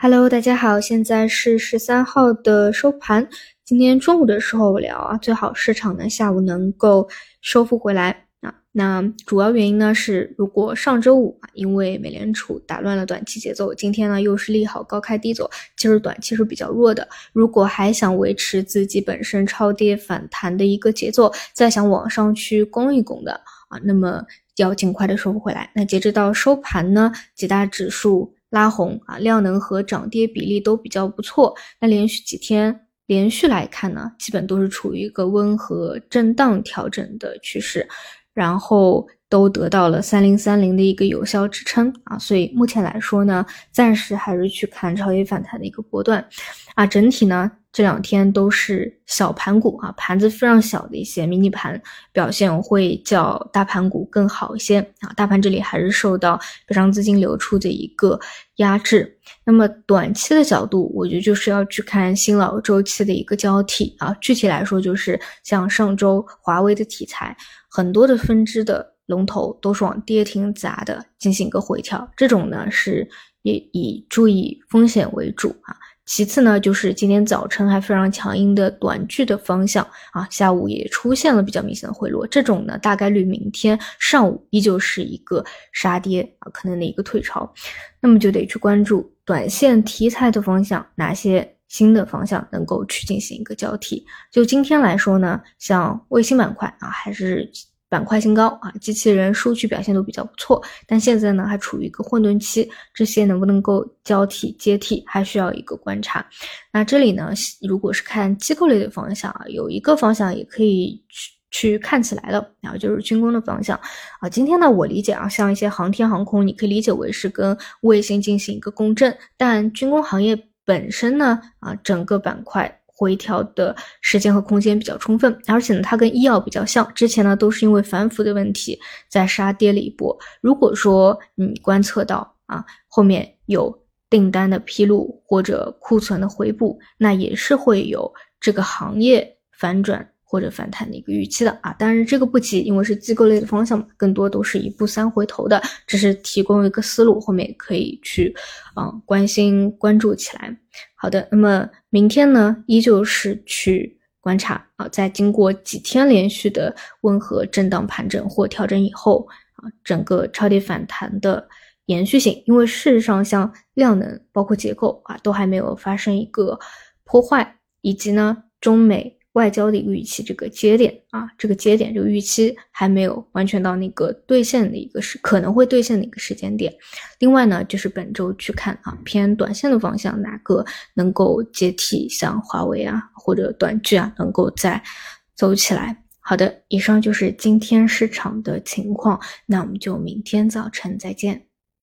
Hello，大家好，现在是13号的收盘。今天中午的时候聊最好市场呢下午能够收复回来那主要原因呢是，如果上周五因为美联储打乱了短期节奏，今天呢又是利好高开低走，其实短期是比较弱的。如果还想维持自己本身超跌反弹的一个节奏，再想往上去攻一攻的那么要尽快的收复回来。那截止到收盘呢，几大指数拉红量能和涨跌比例都比较不错。那连续几天连续来看呢，基本都是处于一个温和震荡调整的趋势，然后都得到了3030的一个有效支撑所以目前来说呢，暂时还是去看超跌反弹的一个波段整体呢这两天都是小盘股盘子非常小的一些迷你盘表现会较大盘股更好一些大盘这里还是受到北上资金流出的一个压制。那么短期的角度，我觉得就是要去看新老周期的一个交替具体来说就是像上周华为的题材，很多的分支的龙头都是往跌停砸的进行一个回调，这种呢是也以注意风险为主其次呢，就是今天早晨还非常强硬的短距的方向下午也出现了比较明显的回落，这种呢大概率明天上午依旧是一个杀跌可能的一个退潮，那么就得去关注短线题材的方向，哪些新的方向能够去进行一个交替。就今天来说呢，像卫星板块还是板块新高机器人数据表现都比较不错，但现在呢还处于一个混沌期，这些能不能够交替接替还需要一个观察。那这里呢，如果是看机构类的方向有一个方向也可以去看起来了就是军工的方向今天呢我理解像一些航天航空你可以理解为是跟卫星进行一个共振，但军工行业本身呢整个板块回调的时间和空间比较充分，而且呢它跟医药比较像，之前呢都是因为反腐的问题在杀跌了一波，如果说你观测到后面有订单的披露或者库存的回补，那也是会有这个行业反转或者反弹的一个预期的当然这个不急，因为是机构类的方向更多都是一步三回头的，只是提供一个思路，后面也可以去关注起来。好的，那么明天呢依旧是去观察在经过几天连续的温和震荡盘整或调整以后整个超跌反弹的延续性，因为事实上像量能包括结构都还没有发生一个破坏，以及呢中美外交的一个预期这个节点这个预期还没有完全到那个兑现的一个可能会兑现的一个时间点。另外呢就是本周去看偏短线的方向哪个能够接替像华为或者短距能够再走起来。好的，以上就是今天市场的情况，那我们就明天早晨再见。